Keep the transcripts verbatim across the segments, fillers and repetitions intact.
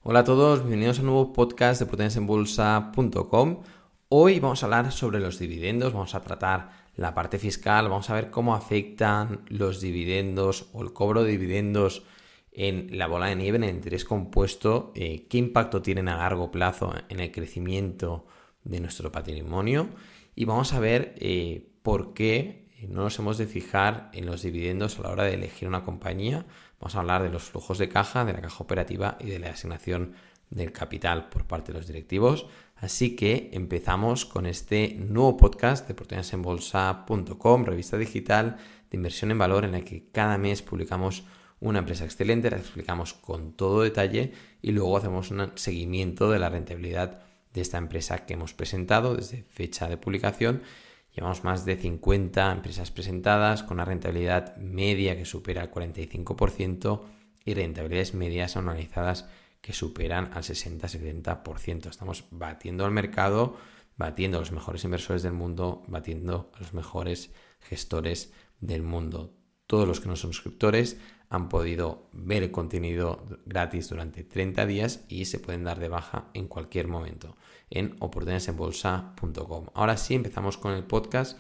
Hola a todos, bienvenidos a un nuevo podcast de proteínas en bolsa punto com. Hoy vamos a hablar sobre los dividendos, vamos a tratar la parte fiscal, vamos a ver cómo afectan los dividendos o el cobro de dividendos en la bola de nieve, en el interés compuesto, eh, qué impacto tienen a largo plazo en el crecimiento de nuestro patrimonio y vamos a ver eh, por qué no nos hemos de fijar en los dividendos a la hora de elegir una compañía. Vamos a hablar de los flujos de caja, de la caja operativa y de la asignación del capital por parte de los directivos. Así que empezamos con este nuevo podcast de proteínas en bolsa punto com, revista digital de inversión en valor en la que cada mes publicamos una empresa excelente, la explicamos con todo detalle y luego hacemos un seguimiento de la rentabilidad de esta empresa que hemos presentado desde fecha de publicación. Llevamos más de cincuenta empresas presentadas con una rentabilidad media que supera el cuarenta y cinco por ciento y rentabilidades medias anualizadas que superan al sesenta a setenta por ciento. Estamos batiendo al mercado, batiendo a los mejores inversores del mundo, batiendo a los mejores gestores del mundo. Todos los que no son suscriptores han podido ver el contenido gratis durante treinta días y se pueden dar de baja en cualquier momento en oportunidades en bolsa punto com. Ahora sí, empezamos con el podcast.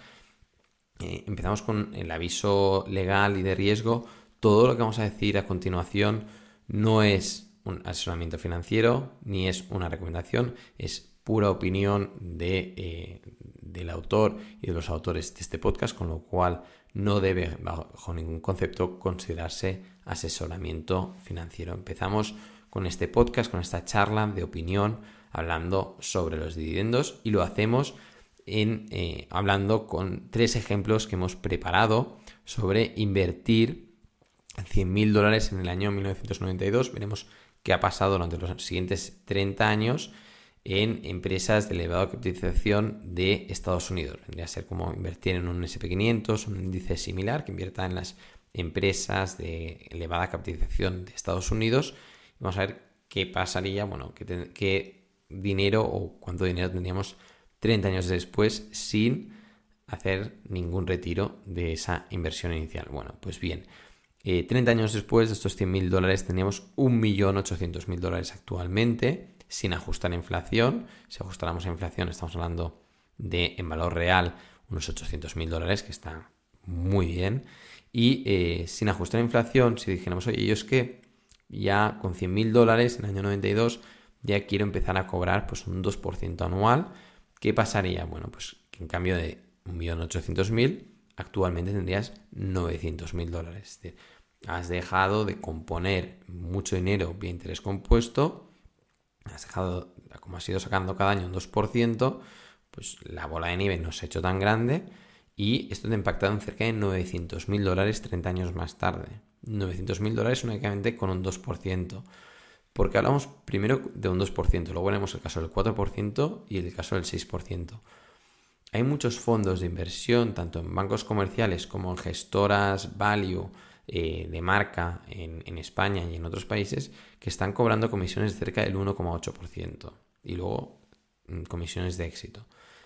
Eh, empezamos con el aviso legal y de riesgo. Todo lo que vamos a decir a continuación no es un asesoramiento financiero ni es una recomendación, es pura opinión de, eh, del autor y de los autores de este podcast, con lo cual no debe bajo ningún concepto considerarse asesoramiento financiero. Empezamos con este podcast, con esta charla de opinión, hablando sobre los dividendos y lo hacemos en, eh, hablando con tres ejemplos que hemos preparado sobre invertir cien mil dólares en el año mil novecientos noventa y dos. Veremos qué ha pasado durante los siguientes treinta años en empresas de elevada capitalización de Estados Unidos. Vendría a ser como invertir en un ese and pe quinientos, un índice similar que invierta en las empresas de elevada capitalización de Estados Unidos. Vamos a ver qué pasaría, bueno, qué, ten, qué dinero o cuánto dinero tendríamos treinta años después sin hacer ningún retiro de esa inversión inicial. Bueno, pues bien, eh, treinta años después de estos cien mil dólares teníamos un millón ochocientos mil dólares actualmente, sin ajustar a inflación. Si ajustáramos a inflación estamos hablando de, en valor real, unos ochocientos mil dólares, que está muy bien. Y eh, sin ajustar a inflación, si dijéramos, oye, yo es que ya con cien mil dólares en el año noventa y dos ya quiero empezar a cobrar pues un dos por ciento anual, ¿qué pasaría? Bueno, pues que en cambio de un millón ochocientos mil, actualmente tendrías novecientos mil dólares. Es decir, has dejado de componer mucho dinero vía interés compuesto, has dejado, como has ido sacando cada año un dos por ciento, pues la bola de nieve no se ha hecho tan grande y esto te ha impactado en cerca de novecientos mil dólares treinta años más tarde. novecientos mil dólares únicamente con un dos por ciento. Porque hablamos primero de un dos por ciento, luego veremos el caso del cuatro por ciento y el caso del seis por ciento. Hay muchos fondos de inversión, tanto en bancos comerciales como en gestoras value eh, de marca en, en España y en otros países, que están cobrando comisiones de cerca del uno coma ocho por ciento y luego comisiones de éxito.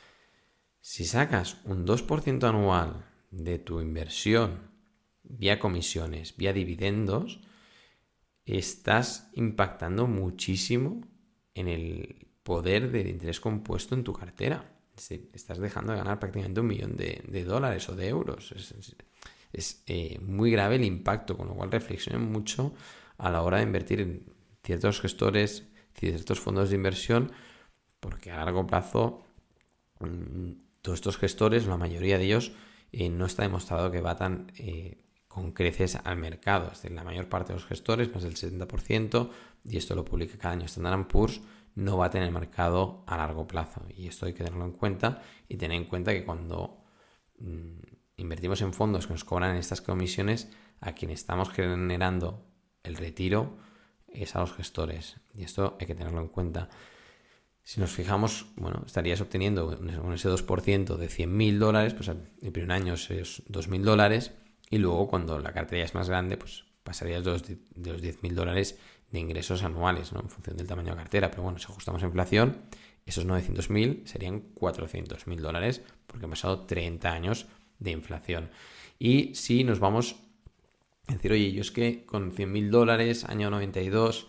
Si sacas un dos por ciento anual de tu inversión vía comisiones, vía dividendos, estás impactando muchísimo en el poder de interés compuesto en tu cartera. Estás dejando de ganar prácticamente un millón de, de dólares o de euros. Es, es, es eh, muy grave el impacto, con lo cual reflexionen mucho a la hora de invertir en ciertos gestores, ciertos fondos de inversión, porque a largo plazo mmm, todos estos gestores, la mayoría de ellos, eh, no está demostrado que batan eh, con creces al mercado. Es decir, la mayor parte de los gestores, más del setenta por ciento, y esto lo publica cada año Standard and Poor's, no baten el mercado a largo plazo. Y esto hay que tenerlo en cuenta y tener en cuenta que cuando mmm, invertimos en fondos que nos cobran estas comisiones, a quien estamos generando el retiro es a los gestores. Y esto hay que tenerlo en cuenta. Si nos fijamos, bueno, estarías obteniendo un ese dos por ciento de cien mil dólares, pues el primer año es dos mil dólares, y luego cuando la cartera ya es más grande, pues pasarías de los, de los diez mil dólares de ingresos anuales, ¿no? En función del tamaño de cartera. Pero bueno, si ajustamos a inflación, esos novecientos mil serían cuatrocientos mil dólares, porque han pasado treinta años de inflación. Y si nos vamos a decir, oye, yo es que con cien mil dólares, año noventa y dos,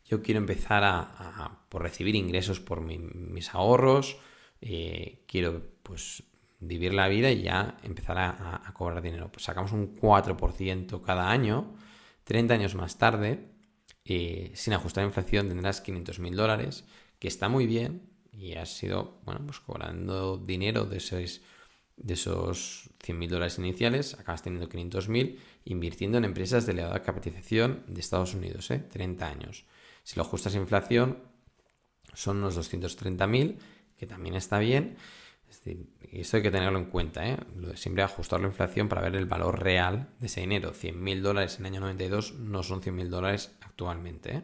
yo quiero empezar a, a por recibir ingresos por mi, mis ahorros, eh, quiero pues vivir la vida y ya empezar a, a, a cobrar dinero. Pues sacamos un cuatro por ciento cada año, treinta años más tarde, eh, sin ajustar la inflación tendrás quinientos mil dólares, que está muy bien y has ido, bueno, pues cobrando dinero de esos, de esos cien mil dólares iniciales, acabas teniendo quinientos mil, invirtiendo en empresas de elevada capitalización de Estados Unidos, ¿eh? treinta años. Si lo ajustas a inflación, son unos doscientos treinta mil, que también está bien. Es decir, esto hay que tenerlo en cuenta, ¿eh? Lo de siempre ajustar la inflación para ver el valor real de ese dinero. cien mil dólares en el año noventa y dos no son cien mil dólares actualmente, ¿eh?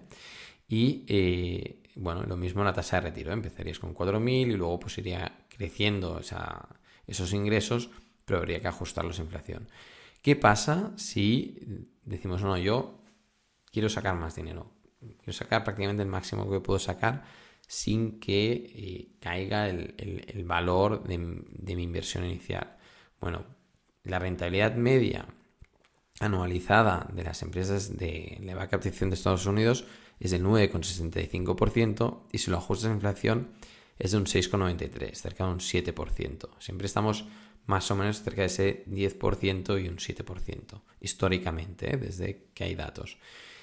Y eh, bueno, lo mismo en la tasa de retiro, ¿eh? Empezarías con cuatro mil y luego pues iría creciendo esa, esos ingresos, pero habría que ajustarlos a inflación. ¿Qué pasa si decimos, no, yo quiero sacar más dinero? Quiero sacar prácticamente el máximo que puedo sacar sin que eh, caiga el, el, el valor de, de mi inversión inicial. Bueno, la rentabilidad media anualizada de las empresas de elevada capitalización de Estados Unidos es del nueve coma sesenta y cinco por ciento y si lo ajustas a inflación es de un seis coma noventa y tres por ciento, cerca de un siete por ciento. Siempre estamos más o menos cerca de ese diez por ciento y un siete por ciento históricamente, ¿eh? Desde que hay datos.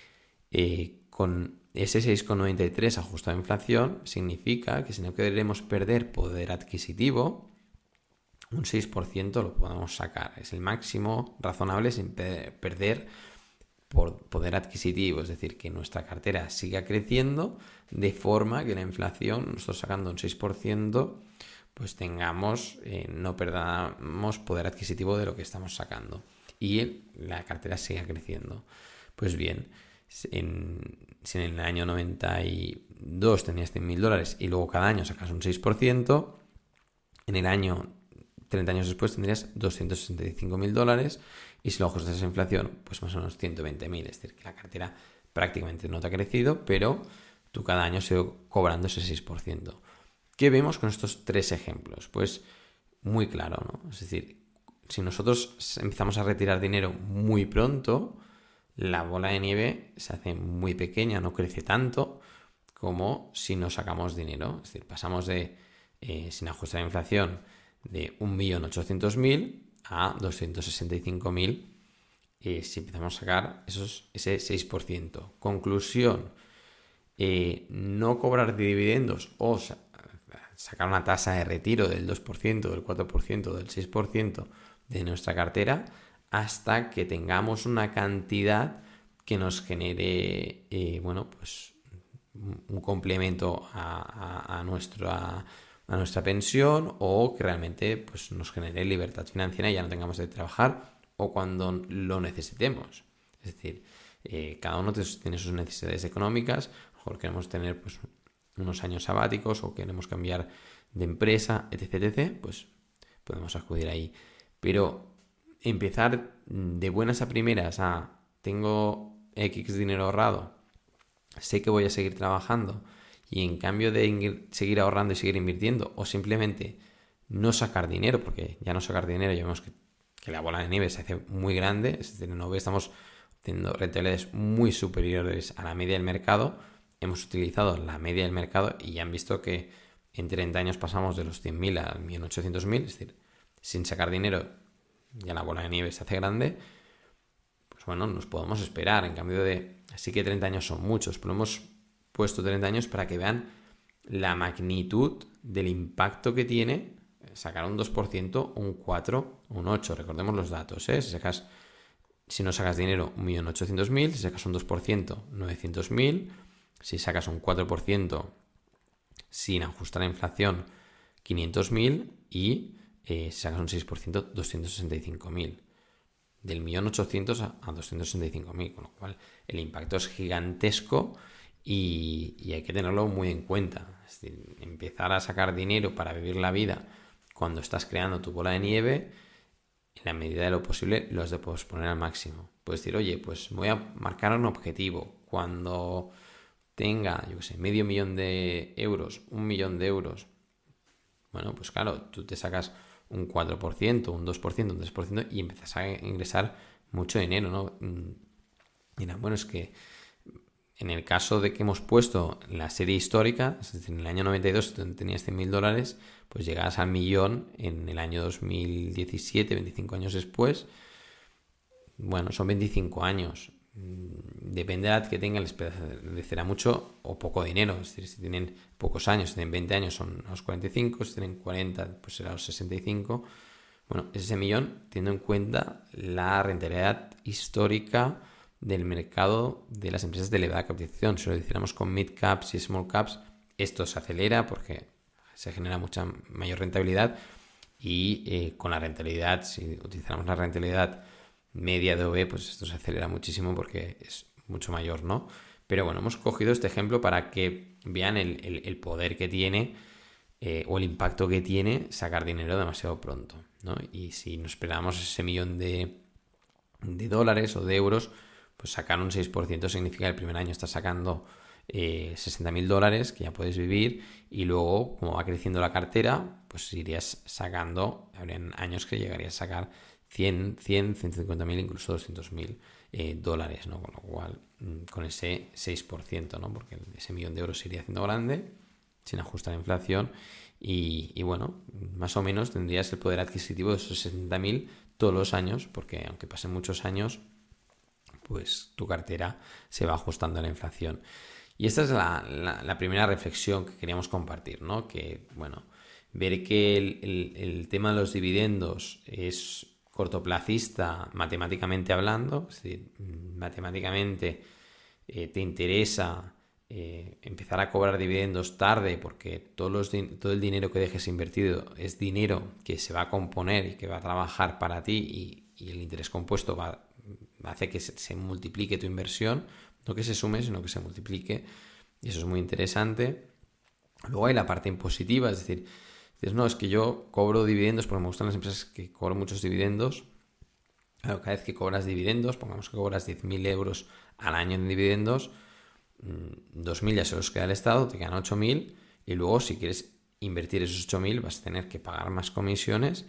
Eh, con ese seis coma noventa y tres ajustado a inflación significa que si no queremos perder poder adquisitivo, un seis por ciento lo podemos sacar. Es el máximo razonable sin perder por poder adquisitivo, es decir, que nuestra cartera siga creciendo de forma que la inflación, nosotros sacando un seis por ciento, pues tengamos, eh, no perdamos poder adquisitivo de lo que estamos sacando y la cartera siga creciendo. Pues bien, en, si en el año noventa y dos tenías cien mil dólares y luego cada año sacas un seis por ciento, en el año treinta años después tendrías doscientos sesenta y cinco mil dólares y si lo ajustas a inflación, pues más o menos ciento veinte mil. Es decir, que la cartera prácticamente no te ha crecido, pero tú cada año has ido cobrando ese seis por ciento. ¿Qué vemos con estos tres ejemplos? Pues muy claro, ¿no? Es decir, si nosotros empezamos a retirar dinero muy pronto, la bola de nieve se hace muy pequeña, no crece tanto como si no sacamos dinero. Es decir, pasamos de, eh, sin ajustar a inflación, de un millón ochocientos mil a doscientos sesenta y cinco mil eh, si empezamos a sacar esos, ese seis por ciento. Conclusión, eh, no cobrar dividendos o sa- sacar una tasa de retiro del dos por ciento, del cuatro por ciento, del seis por ciento de nuestra cartera hasta que tengamos una cantidad que nos genere, eh, bueno, pues un complemento a, a, a nuestra a nuestra pensión o que realmente pues, nos genere libertad financiera y ya no tengamos que trabajar o cuando lo necesitemos. Es decir, eh, cada uno tiene sus necesidades económicas, a lo mejor queremos tener pues, unos años sabáticos o queremos cambiar de empresa, etc, etcétera, pues podemos acudir ahí. Pero empezar de buenas a primeras a tengo X dinero ahorrado, sé que voy a seguir trabajando y en cambio de seguir ahorrando y seguir invirtiendo o simplemente no sacar dinero, porque ya no sacar dinero ya vemos que, que la bola de nieve se hace muy grande, es decir, no estamos teniendo rentabilidades muy superiores a la media del mercado, hemos utilizado la media del mercado y ya han visto que en treinta años pasamos de los cien mil al millón ochocientos mil, es decir, sin sacar dinero ya la bola de nieve se hace grande, pues bueno, nos podemos esperar, en cambio de, sí que treinta años son muchos, pero hemos puesto treinta años para que vean la magnitud del impacto que tiene sacar un dos por ciento, un cuatro por ciento, un ocho por ciento. Recordemos los datos, ¿eh? Si sacas, si no sacas dinero, un millón ochocientos mil, si sacas un dos por ciento, novecientos mil, si sacas un cuatro por ciento sin ajustar la inflación, quinientos mil y eh, si sacas un seis por ciento, doscientos sesenta y cinco mil. Del millón ochocientos a doscientos sesenta y cinco mil, con lo cual el impacto es gigantesco. Y, y hay que tenerlo muy en cuenta. Es decir, empezar a sacar dinero para vivir la vida cuando estás creando tu bola de nieve, en la medida de lo posible lo has de posponer al máximo. Puedes decir, oye, pues voy a marcar un objetivo. Cuando tenga, yo qué sé, medio millón de euros, un millón de euros, bueno, pues claro, tú te sacas un cuatro por ciento, un dos por ciento, un tres por ciento y empiezas a ingresar mucho dinero, ¿no? Mira, bueno, es que en el caso de que hemos puesto la serie histórica, es decir, en el año noventa y dos tenías cien mil dólares, pues llegas al millón en el año dos mil diecisiete, veinticinco años después. Bueno, son veinticinco años. Depende de la edad que tengan, les parecerá mucho o poco dinero. Es decir, si tienen pocos años, si tienen veinte años son los cuarenta y cinco, si tienen cuarenta pues será los sesenta y cinco. Bueno, ese millón teniendo en cuenta la rentabilidad histórica del mercado de las empresas de elevada capitalización. Si lo hiciéramos con mid caps y small caps, esto se acelera porque se genera mucha mayor rentabilidad y eh, con la rentabilidad, si utilizáramos la rentabilidad media de O V, pues esto se acelera muchísimo porque es mucho mayor, ¿no? Pero bueno, hemos cogido este ejemplo para que vean el, el, el poder que tiene eh, o el impacto que tiene sacar dinero demasiado pronto, ¿no? Y si nos esperamos ese millón de, de dólares o de euros, pues sacar un seis por ciento significa que el primer año estás sacando eh, sesenta mil dólares que ya puedes vivir, y luego, como va creciendo la cartera, pues irías sacando, habrían años que llegarías a sacar cien, cien, ciento cincuenta mil, incluso doscientos mil eh, dólares, ¿no? Con lo cual, con ese seis por ciento, ¿no? Porque ese millón de euros se iría haciendo grande sin ajustar la inflación y, y bueno, más o menos tendrías el poder adquisitivo de esos sesenta mil todos los años, porque aunque pasen muchos años, pues tu cartera se va ajustando a la inflación. Y esta es la, la, la primera reflexión que queríamos compartir, ¿no? Que, bueno, ver que el, el, el tema de los dividendos es cortoplacista matemáticamente hablando, es decir, matemáticamente eh, te interesa eh, empezar a cobrar dividendos tarde porque todos los, todo el dinero que dejes invertido es dinero que se va a componer y que va a trabajar para ti, y, y el interés compuesto va, hace que se, se multiplique tu inversión, no que se sume, sino que se multiplique, y eso es muy interesante. Luego hay la parte impositiva, es decir, dices, no, es que yo cobro dividendos porque me gustan las empresas que cobran muchos dividendos. Claro, cada vez que cobras dividendos, pongamos que cobras diez mil euros al año en dividendos, dos mil ya se los queda el Estado, te quedan ocho mil, y luego si quieres invertir esos ocho mil vas a tener que pagar más comisiones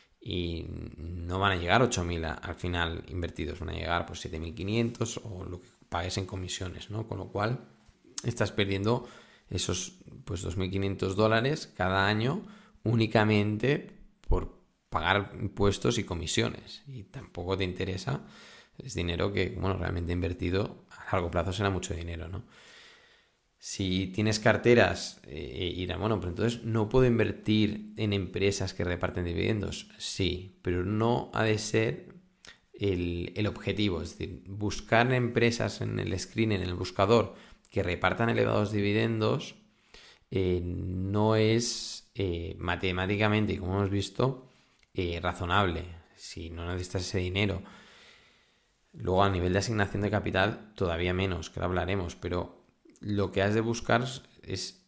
y no van a llegar ocho mil al final invertidos, van a llegar pues siete mil quinientos o lo que pagues en comisiones, ¿no? Con lo cual estás perdiendo esos pues dos mil quinientos dólares cada año únicamente por pagar impuestos y comisiones, y tampoco te interesa. Es dinero que, bueno, realmente invertido a largo plazo será mucho dinero, ¿no? Si tienes carteras eh, y dirán, bueno, pero entonces no puedo invertir en empresas que reparten dividendos. Sí, pero no ha de ser el, el objetivo. Es decir, buscar empresas en el screen, en el buscador, que repartan elevados dividendos eh, no es eh, matemáticamente, y como hemos visto, eh, razonable. Si no necesitas ese dinero. Luego, a nivel de asignación de capital, todavía menos, que lo hablaremos, pero lo que has de buscar es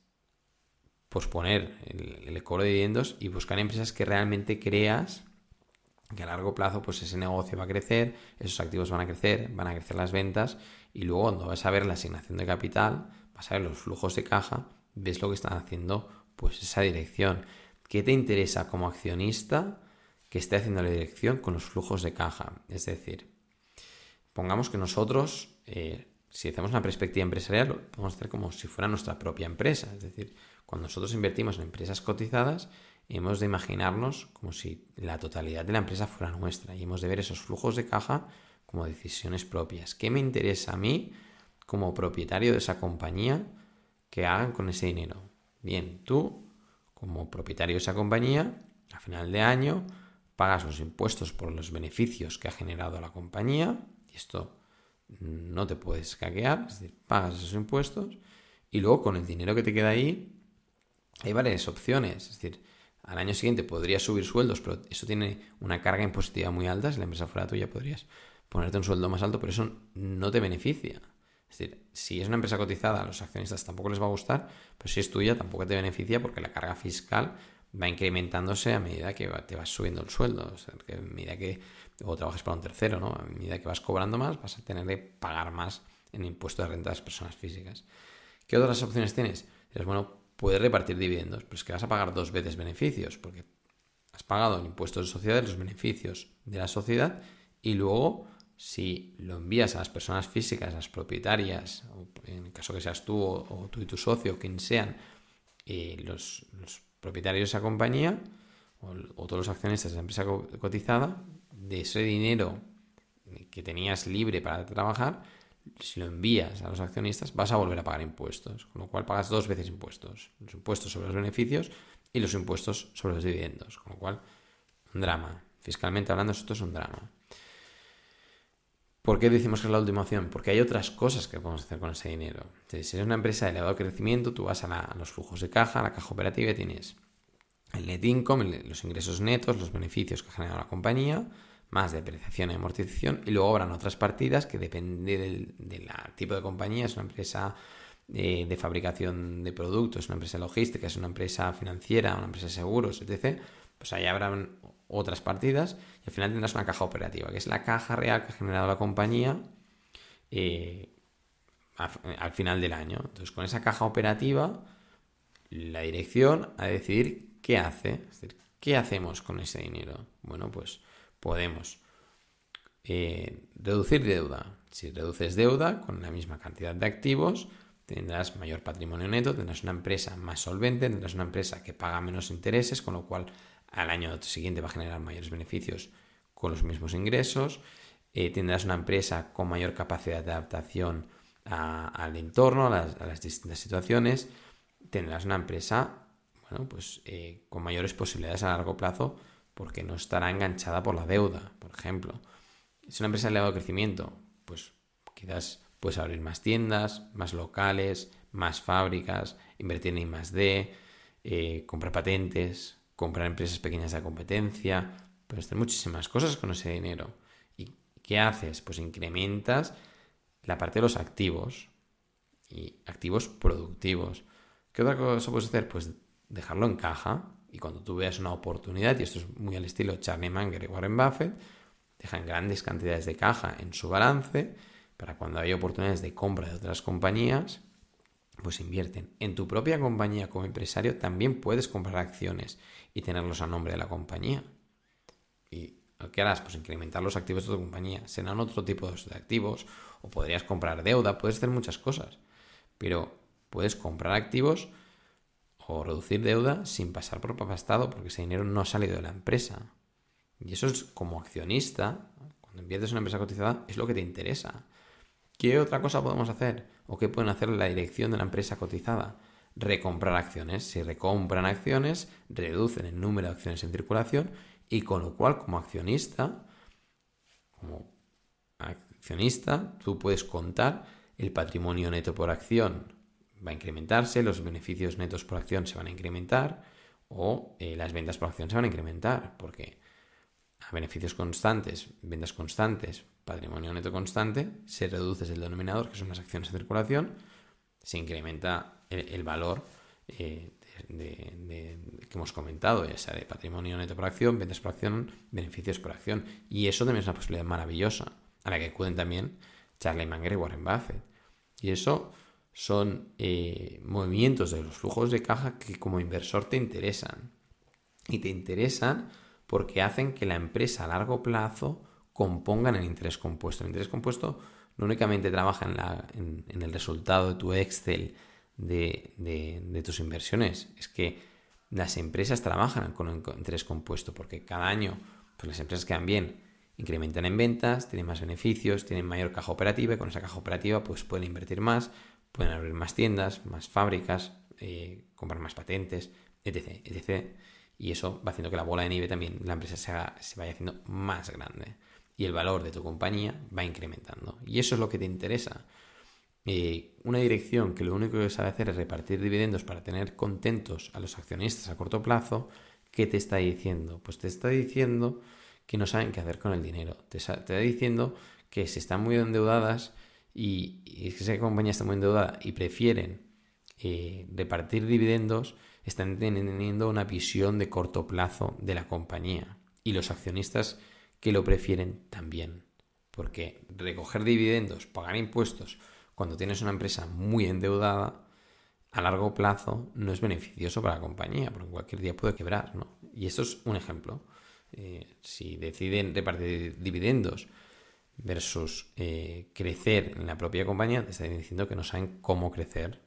posponer el, el cobro de dividendos y buscar empresas que realmente creas que a largo plazo pues ese negocio va a crecer, esos activos van a crecer, van a crecer las ventas, y luego cuando vas a ver la asignación de capital, vas a ver los flujos de caja, ves lo que están haciendo pues esa dirección. ¿Qué te interesa como accionista que esté haciendo la dirección con los flujos de caja? Es decir, pongamos que nosotros, eh, si hacemos una perspectiva empresarial, lo podemos hacer como si fuera nuestra propia empresa. Es decir, cuando nosotros invertimos en empresas cotizadas, hemos de imaginarnos como si la totalidad de la empresa fuera nuestra, y hemos de ver esos flujos de caja como decisiones propias. ¿Qué me interesa a mí como propietario de esa compañía que hagan con ese dinero? Bien, tú, como propietario de esa compañía, a final de año pagas los impuestos por los beneficios que ha generado la compañía, y esto no te puedes escaquear, es decir, pagas esos impuestos, y luego con el dinero que te queda ahí hay varias opciones. Es decir, al año siguiente podrías subir sueldos, pero eso tiene una carga impositiva muy alta. Si la empresa fuera tuya podrías ponerte un sueldo más alto, pero eso no te beneficia. Es decir, si es una empresa cotizada, a los accionistas tampoco les va a gustar, pero si es tuya tampoco te beneficia, porque la carga fiscal va incrementándose a medida que te vas subiendo el sueldo. O sea, que a medida que o trabajes para un tercero, ¿no? A medida que vas cobrando más, vas a tener que pagar más en impuesto de renta de las personas físicas. ¿Qué otras opciones tienes? Dices, bueno, puedes repartir dividendos, pero es que vas a pagar dos veces beneficios, porque has pagado en impuestos de sociedades los beneficios de la sociedad, y luego si lo envías a las personas físicas, a las propietarias, o en el caso que seas tú o, o tú y tu socio, quien sean eh, los, los propietarios de esa compañía o, o todos los accionistas de la empresa cotizada, de ese dinero que tenías libre para trabajar, si lo envías a los accionistas vas a volver a pagar impuestos, con lo cual pagas dos veces impuestos, los impuestos sobre los beneficios y los impuestos sobre los dividendos, con lo cual un drama, fiscalmente hablando esto es un drama. ¿Por qué decimos que es la última opción? Porque hay otras cosas que podemos hacer con ese dinero. Si eres una empresa de elevado crecimiento, tú vas a, la, a los flujos de caja, a la caja operativa y tienes el net income, los ingresos netos, los beneficios que ha generado la compañía, más depreciación y amortización, y luego habrán otras partidas que depende del, del tipo de compañía. Es una empresa de, de fabricación de productos, es una empresa logística, es una empresa financiera, una empresa de seguros, etcétera. Pues ahí habrán otras partidas y al final tendrás una caja operativa, que es la caja real que ha generado la compañía eh, al final del año. Entonces, con esa caja operativa, la dirección ha de decidir qué hace. Es decir, ¿qué hacemos con ese dinero? Bueno, pues podemos eh, reducir deuda. Si reduces deuda con la misma cantidad de activos, tendrás mayor patrimonio neto, tendrás una empresa más solvente, tendrás una empresa que paga menos intereses, con lo cual al año siguiente va a generar mayores beneficios con los mismos ingresos, eh, tendrás una empresa con mayor capacidad de adaptación a, al entorno, a las, a las distintas situaciones, tendrás una empresa bueno, pues, eh, con mayores posibilidades a largo plazo porque no estará enganchada por la deuda, por ejemplo. Es una empresa de elevado crecimiento, pues quizás puedes abrir más tiendas, más locales, más fábricas, invertir en I más D, eh, comprar patentes, comprar empresas pequeñas de competencia, puedes hacer muchísimas cosas con ese dinero. ¿Y qué haces? Pues incrementas la parte de los activos y activos productivos. ¿Qué otra cosa puedes hacer? Pues dejarlo en caja y cuando tú veas una oportunidad, y esto es muy al estilo Charlie Munger y Warren Buffett, dejan grandes cantidades de caja en su balance para cuando hay oportunidades de compra de otras compañías, pues invierten. En tu propia compañía como empresario también puedes comprar acciones y tenerlos a nombre de la compañía. ¿Y qué harás? Pues incrementar los activos de tu compañía. Serán otro tipo de activos o podrías comprar deuda, puedes hacer muchas cosas, pero puedes comprar activos o reducir deuda sin pasar por papastado porque ese dinero no ha salido de la empresa. Y eso es como accionista, cuando inviertes en una empresa cotizada, es lo que te interesa. ¿Qué otra cosa podemos hacer? ¿O qué pueden hacer la dirección de la empresa cotizada? Recomprar acciones. Si recompran acciones, reducen el número de acciones en circulación y con lo cual, como accionista, como accionista, tú puedes contar el patrimonio neto por acción va a incrementarse, los beneficios netos por acción se van a incrementar o eh, las ventas por acción se van a incrementar porque a beneficios constantes, ventas constantes, patrimonio neto constante, se reduce el denominador, que son las acciones en circulación, se incrementa el, el valor eh, de, de, de, que hemos comentado, ya sea de patrimonio neto por acción, ventas por acción, beneficios por acción. Y eso también es una posibilidad maravillosa, a la que acuden también Charlie Munger y Warren Buffett. Y eso son eh, movimientos de los flujos de caja que como inversor te interesan. Y te interesan porque hacen que la empresa a largo plazo compongan el interés compuesto. El interés compuesto no únicamente trabaja en, la, en, en el resultado de tu Excel de, de, de tus inversiones, es que las empresas trabajan con el interés compuesto porque cada año pues las empresas quedan bien, incrementan en ventas, tienen más beneficios, tienen mayor caja operativa y con esa caja operativa pues pueden invertir más, pueden abrir más tiendas, más fábricas, eh, comprar más patentes, etcétera, etcétera. Y eso va haciendo que la bola de nieve también, la empresa se, haga, se vaya haciendo más grande. Y el valor de tu compañía va incrementando. Y eso es lo que te interesa. Eh, una dirección que lo único que sabe hacer es repartir dividendos para tener contentos a los accionistas a corto plazo, ¿qué te está diciendo? Pues te está diciendo que no saben qué hacer con el dinero. Te está diciendo que si están muy endeudadas y, y que esa compañía está muy endeudada y prefieren eh, repartir dividendos, están teniendo una visión de corto plazo de la compañía. Y los accionistas que lo prefieren también. Porque recoger dividendos, pagar impuestos, cuando tienes una empresa muy endeudada, a largo plazo no es beneficioso para la compañía, porque cualquier día puede quebrar, ¿no? Y esto es un ejemplo. Eh, si deciden repartir dividendos versus eh, crecer en la propia compañía, te están diciendo que no saben cómo crecer.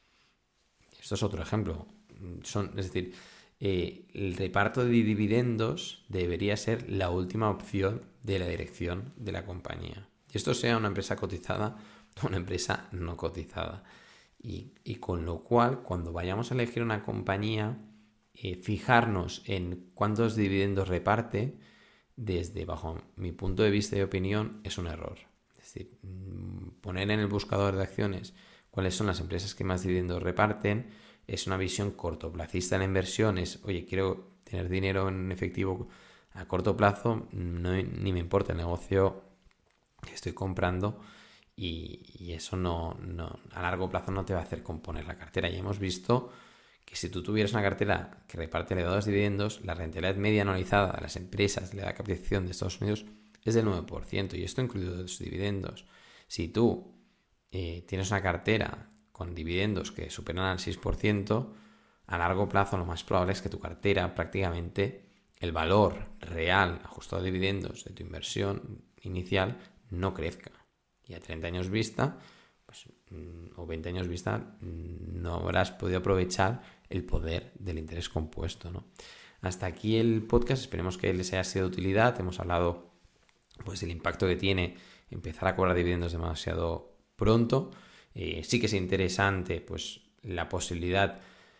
Esto es otro ejemplo. Son, es decir, eh, el reparto de dividendos debería ser la última opción de la dirección de la compañía. Y esto sea una empresa cotizada o una empresa no cotizada. Y, y con lo cual, cuando vayamos a elegir una compañía, eh, fijarnos en cuántos dividendos reparte, desde bajo mi punto de vista y opinión, es un error. Es decir, poner en el buscador de acciones cuáles son las empresas que más dividendos reparten es una visión cortoplacista en la inversión. Es, oye, quiero tener dinero en efectivo a corto plazo, no, ni me importa el negocio que estoy comprando, y, y eso no, no, a largo plazo no te va a hacer componer la cartera. Y hemos visto que si tú tuvieras una cartera que reparte elevados dividendos, la rentabilidad media anualizada de las empresas de la capitalización de Estados Unidos es del nueve por ciento, y esto incluido los dividendos. Si tú eh, tienes una cartera con dividendos que superan al seis por ciento, a largo plazo lo más probable es que tu cartera, prácticamente el valor real ajustado a dividendos de tu inversión inicial, no crezca. Y a treinta años vista, pues, o veinte años vista, no habrás podido aprovechar el poder del interés compuesto, ¿no? Hasta aquí el podcast, esperemos que les haya sido de utilidad. Hemos hablado pues del impacto que tiene empezar a cobrar dividendos demasiado pronto. Eh, sí que es interesante pues la posibilidad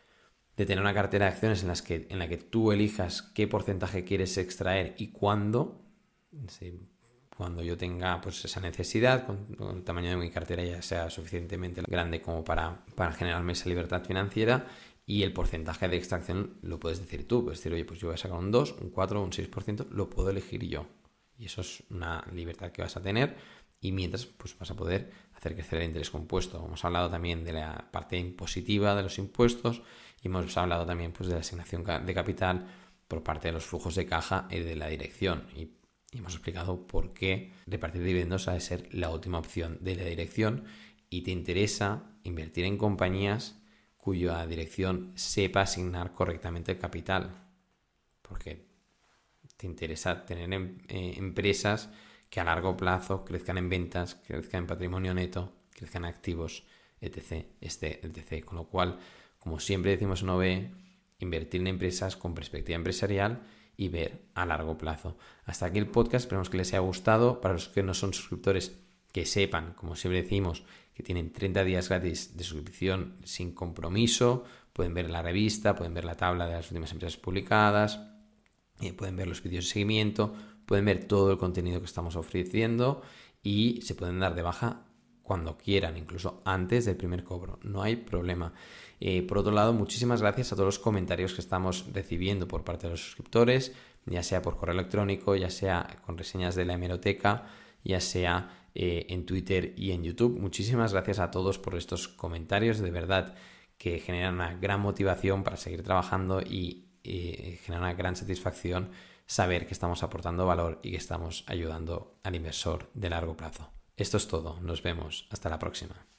de tener una cartera de acciones en las que, en la que tú elijas qué porcentaje quieres extraer y cuándo. Sí, cuando yo tenga pues esa necesidad, con, con el tamaño de mi cartera ya sea suficientemente grande como para, para generarme esa libertad financiera, y el porcentaje de extracción lo puedes decir tú. Puedes decir, oye, pues yo voy a sacar un dos, un cuatro, un seis por ciento, lo puedo elegir yo. Y eso es una libertad que vas a tener, y mientras pues vas a poder hacer crecer el interés compuesto. Hemos hablado también de la parte impositiva de los impuestos, y hemos hablado también pues de la asignación de capital por parte de los flujos de caja y de la dirección. Y Y hemos explicado por qué repartir dividendos ha de ser la última opción de la dirección, y te interesa invertir en compañías cuya dirección sepa asignar correctamente el capital, porque te interesa tener em, eh, empresas que a largo plazo crezcan en ventas, crezcan en patrimonio neto, crezcan en activos, etc, este, etcétera. Con lo cual, como siempre decimos en O B, invertir en empresas con perspectiva empresarial y ver a largo plazo. Hasta aquí el podcast, esperamos que les haya gustado. Para los que no son suscriptores, que sepan, como siempre decimos, que tienen treinta días gratis de suscripción sin compromiso. Pueden ver la revista, pueden ver la tabla de las últimas empresas publicadas, eh, pueden ver los vídeos de seguimiento, pueden ver todo el contenido que estamos ofreciendo, y se pueden dar de baja cuando quieran, incluso antes del primer cobro, no hay problema. Eh, por otro lado, muchísimas gracias a todos los comentarios que estamos recibiendo por parte de los suscriptores, ya sea por correo electrónico, ya sea con reseñas de la hemeroteca, ya sea eh, en Twitter y en YouTube. Muchísimas gracias a todos por estos comentarios, de verdad que generan una gran motivación para seguir trabajando, y eh, genera una gran satisfacción saber que estamos aportando valor y que estamos ayudando al inversor de largo plazo. Esto es todo, nos vemos, hasta la próxima.